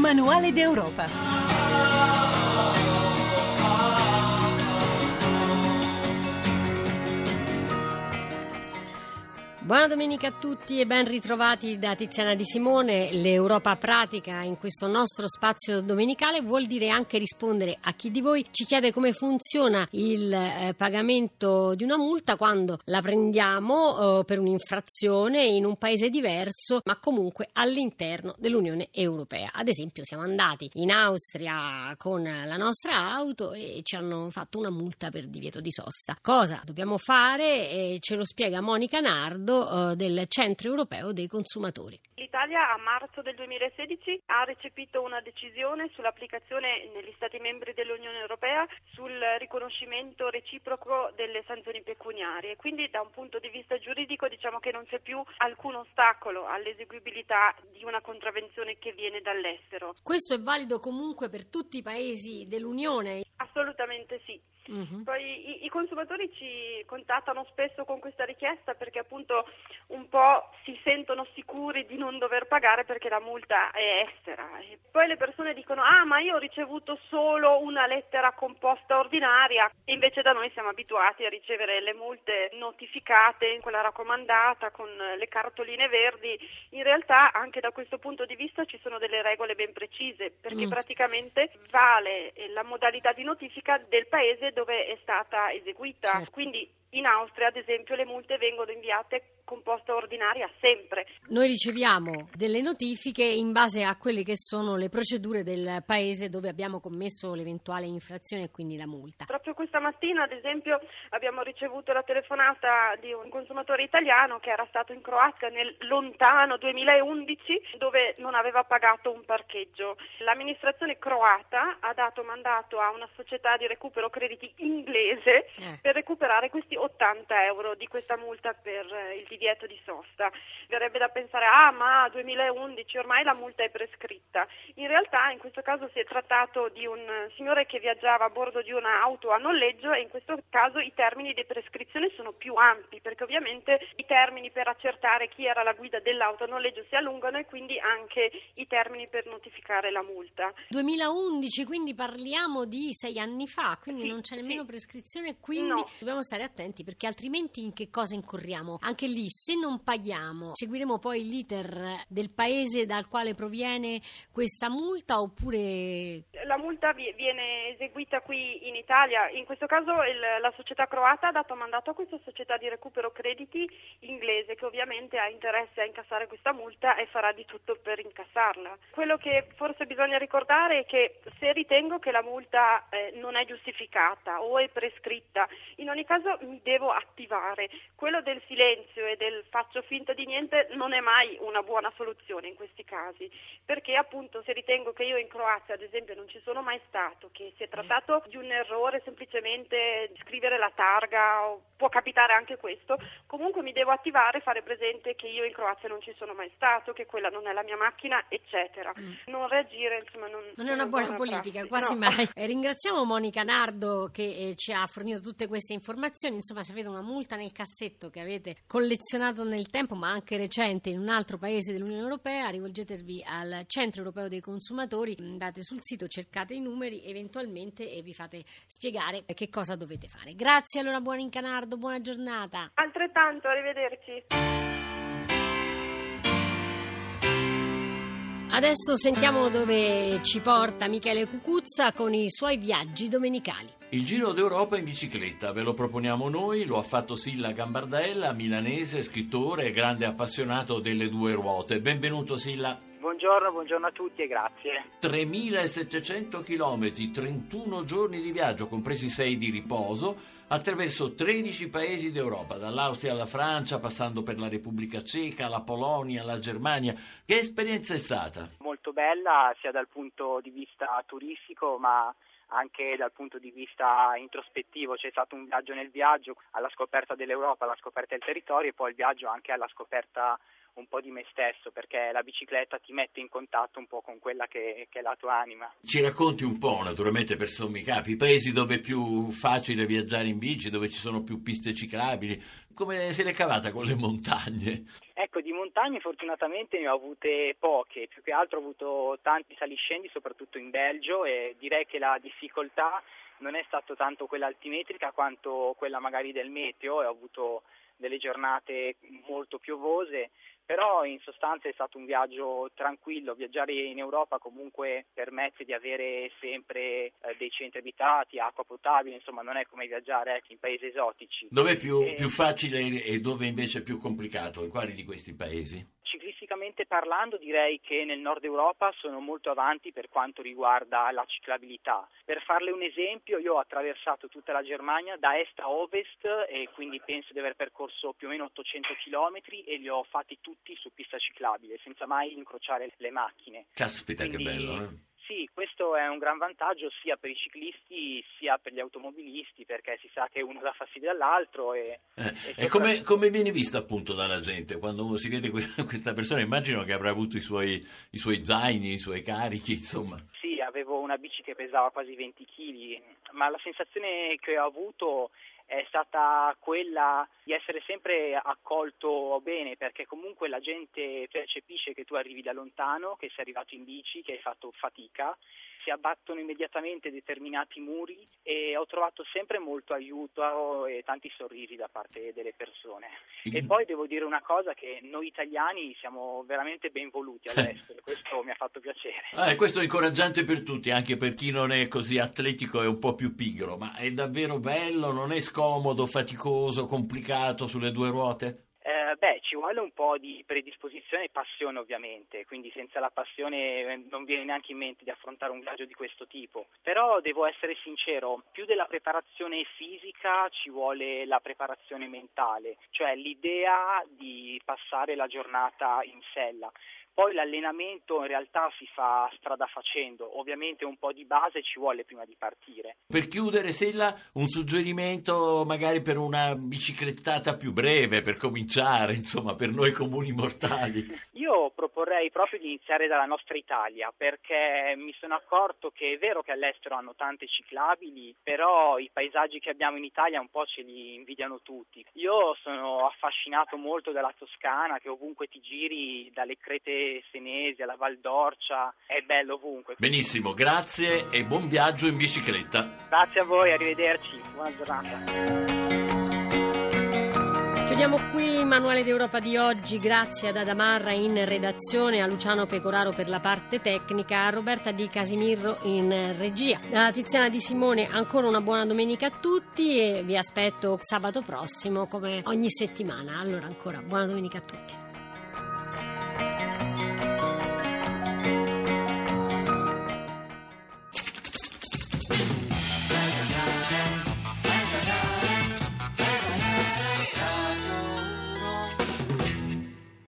Manuale d'Europa. Buona domenica a tutti e ben ritrovati da Tiziana Di Simone. L'Europa pratica in questo nostro spazio domenicale vuol dire anche rispondere a chi di voi ci chiede come funziona il pagamento di una multa quando la prendiamo per un'infrazione in un paese diverso, ma comunque all'interno dell'Unione Europea. Ad esempio, siamo andati in Austria con la nostra auto e ci hanno fatto una multa per divieto di sosta. Cosa dobbiamo fare? Ce lo spiega Monica Nardo del Centro Europeo dei Consumatori. L'Italia a marzo del 2016 ha recepito una decisione sull'applicazione negli Stati membri dell'Unione Europea sul riconoscimento reciproco delle sanzioni pecuniarie. Quindi da un punto di vista giuridico diciamo che non c'è più alcun ostacolo all'eseguibilità di una contravvenzione che viene dall'estero. Questo è valido comunque per tutti i paesi dell'Unione? Assolutamente sì. Poi i consumatori ci contattano spesso con questa richiesta perché appunto un po' si sentono sicuri di non dover pagare perché la multa è estera. E poi le persone dicono ma io ho ricevuto solo una lettera composta ordinaria, e invece da noi siamo abituati a ricevere le multe notificate, quella raccomandata con le cartoline verdi. In realtà anche da questo punto di vista ci sono delle regole ben precise perché praticamente vale la modalità di notifica del paese dove è stata eseguita. Certo. Quindi in Austria, ad esempio, le multe vengono inviate composta ordinaria sempre. Noi riceviamo delle notifiche in base a quelle che sono le procedure del paese dove abbiamo commesso l'eventuale infrazione e quindi la multa. Proprio questa mattina, ad esempio, abbiamo ricevuto la telefonata di un consumatore italiano che era stato in Croazia nel lontano 2011 dove non aveva pagato un parcheggio. L'amministrazione croata ha dato mandato a una società di recupero crediti inglese per recuperare questi 80 euro di questa multa per il divieto di sosta. Verrebbe da pensare, ma 2011 ormai la multa è prescritta. In realtà in questo caso si è trattato di un signore che viaggiava a bordo di un'auto a noleggio e in questo caso i termini di prescrizione sono più ampi perché ovviamente i termini per accertare chi era la guida dell'auto a noleggio si allungano e quindi anche i termini per notificare la multa. 2011, quindi parliamo di 6 anni fa, quindi non c'è nemmeno prescrizione, quindi dobbiamo stare attenti perché altrimenti in che cosa incorriamo? Anche lì, se non paghiamo, seguiremo poi l'iter del paese dal quale proviene questa multa oppure... La multa viene eseguita qui in Italia, in questo caso la società croata ha dato mandato a questa società di recupero crediti inglese che ovviamente ha interesse a incassare questa multa e farà di tutto per incassarla. Quello che forse bisogna ricordare è che se ritengo che la multa non è giustificata o è prescritta, in ogni caso mi devo attivare. Quello del silenzio e del faccio finta di niente non è mai una buona soluzione in questi casi, perché appunto se ritengo che io in Croazia ad esempio non ci sono mai stato, che si è trattato di un errore semplicemente scrivere la targa, o può capitare anche questo, comunque mi devo attivare, fare presente che io in Croazia non ci sono mai stato, che quella non è la mia macchina, eccetera. Non reagire, insomma, non è una buona politica, quasi mai. Ringraziamo Monica Nardo che ci ha fornito tutte queste informazioni. Insomma, se avete una multa nel cassetto che avete collezionato nel tempo, ma anche recente in un altro paese dell'Unione Europea, rivolgetevi al Centro Europeo dei Consumatori, andate sul sito, cercate i numeri eventualmente e vi fate spiegare che cosa dovete fare. Grazie allora Monica Nardo, buona giornata. Altrettanto, arrivederci. Adesso sentiamo dove ci porta Michele Cucuzza con i suoi viaggi domenicali. Il Giro d'Europa in bicicletta, ve lo proponiamo noi, lo ha fatto Silla Gambardella, milanese, scrittore e grande appassionato delle due ruote. Benvenuto Silla. Buongiorno a tutti e grazie. 3.700 chilometri, 31 giorni di viaggio, compresi 6 di riposo, attraverso 13 paesi d'Europa, dall'Austria alla Francia, passando per la Repubblica Ceca, la Polonia, la Germania. Che esperienza è stata? Molto bella, sia dal punto di vista turistico, ma anche dal punto di vista introspettivo. C'è stato un viaggio nel viaggio alla scoperta dell'Europa, alla scoperta del territorio e poi il viaggio anche alla scoperta un po' di me stesso, perché la bicicletta ti mette in contatto un po' con quella che è la tua anima. Ci racconti un po', naturalmente per sommi capi, i paesi dove è più facile viaggiare in bici, dove ci sono più piste ciclabili, come se l'è cavata con le montagne? Ecco, di montagne fortunatamente ne ho avute poche, più che altro ho avuto tanti saliscendi, soprattutto in Belgio, e direi che la difficoltà non è stato tanto quella altimetrica quanto quella magari del meteo, e ho avuto delle giornate molto piovose, però in sostanza è stato un viaggio tranquillo. Viaggiare in Europa comunque permette di avere sempre dei centri abitati, acqua potabile, insomma non è come viaggiare in paesi esotici. Dove è più facile e dove invece è più complicato? In quali di questi paesi? Ciclisticamente parlando direi che nel nord Europa sono molto avanti per quanto riguarda la ciclabilità. Per farle un esempio, io ho attraversato tutta la Germania da est a ovest e quindi penso di aver percorso più o meno 800 chilometri e li ho fatti tutti su pista ciclabile, senza mai incrociare le macchine. Caspita, quindi, che bello, eh? Sì, questo è un gran vantaggio sia per i ciclisti sia per gli automobilisti, perché si sa che uno dà fastidio all'altro. E come viene vista appunto dalla gente quando uno si vede questa persona? Immagino che avrà avuto i suoi zaini, i suoi carichi, insomma. Sì, avevo una bici che pesava quasi 20 kg, ma la sensazione che ho avuto è stata quella di essere sempre accolto bene, perché comunque la gente percepisce che tu arrivi da lontano, che sei arrivato in bici, che hai fatto fatica, si abbattono immediatamente determinati muri e ho trovato sempre molto aiuto e tanti sorrisi da parte delle persone. E poi devo dire una cosa, che noi italiani siamo veramente ben voluti all'estero, questo mi ha fatto piacere. Questo è incoraggiante per tutti, anche per chi non è così atletico e un po' più pigro, ma è davvero bello, non è scomodo, faticoso, complicato sulle due ruote? Ci vuole un po' di predisposizione e passione ovviamente, quindi senza la passione non viene neanche in mente di affrontare un viaggio di questo tipo. Però devo essere sincero, più della preparazione fisica ci vuole la preparazione mentale, cioè l'idea di passare la giornata in sella. Poi l'allenamento in realtà si fa strada facendo, ovviamente un po' di base ci vuole prima di partire. Per chiudere, Sella, un suggerimento magari per una biciclettata più breve, per cominciare, insomma, per noi comuni mortali? Io proporrei proprio di iniziare dalla nostra Italia, perché mi sono accorto che è vero che all'estero hanno tante ciclabili, però i paesaggi che abbiamo in Italia un po' ce li invidiano tutti. Io sono affascinato molto dalla Toscana, che ovunque ti giri, dalle crete senesi alla Val d'Orcia, è bello ovunque. Benissimo, grazie e buon viaggio in bicicletta. Grazie a voi, arrivederci, buona giornata. Chiudiamo qui il Manuale d'Europa di oggi, grazie ad Adamarra in redazione, a Luciano Pecoraro per la parte tecnica, a Roberta Di Casimirro in regia. Da Tiziana Di Simone ancora una buona domenica a tutti e vi aspetto sabato prossimo come ogni settimana. Allora ancora buona domenica a tutti.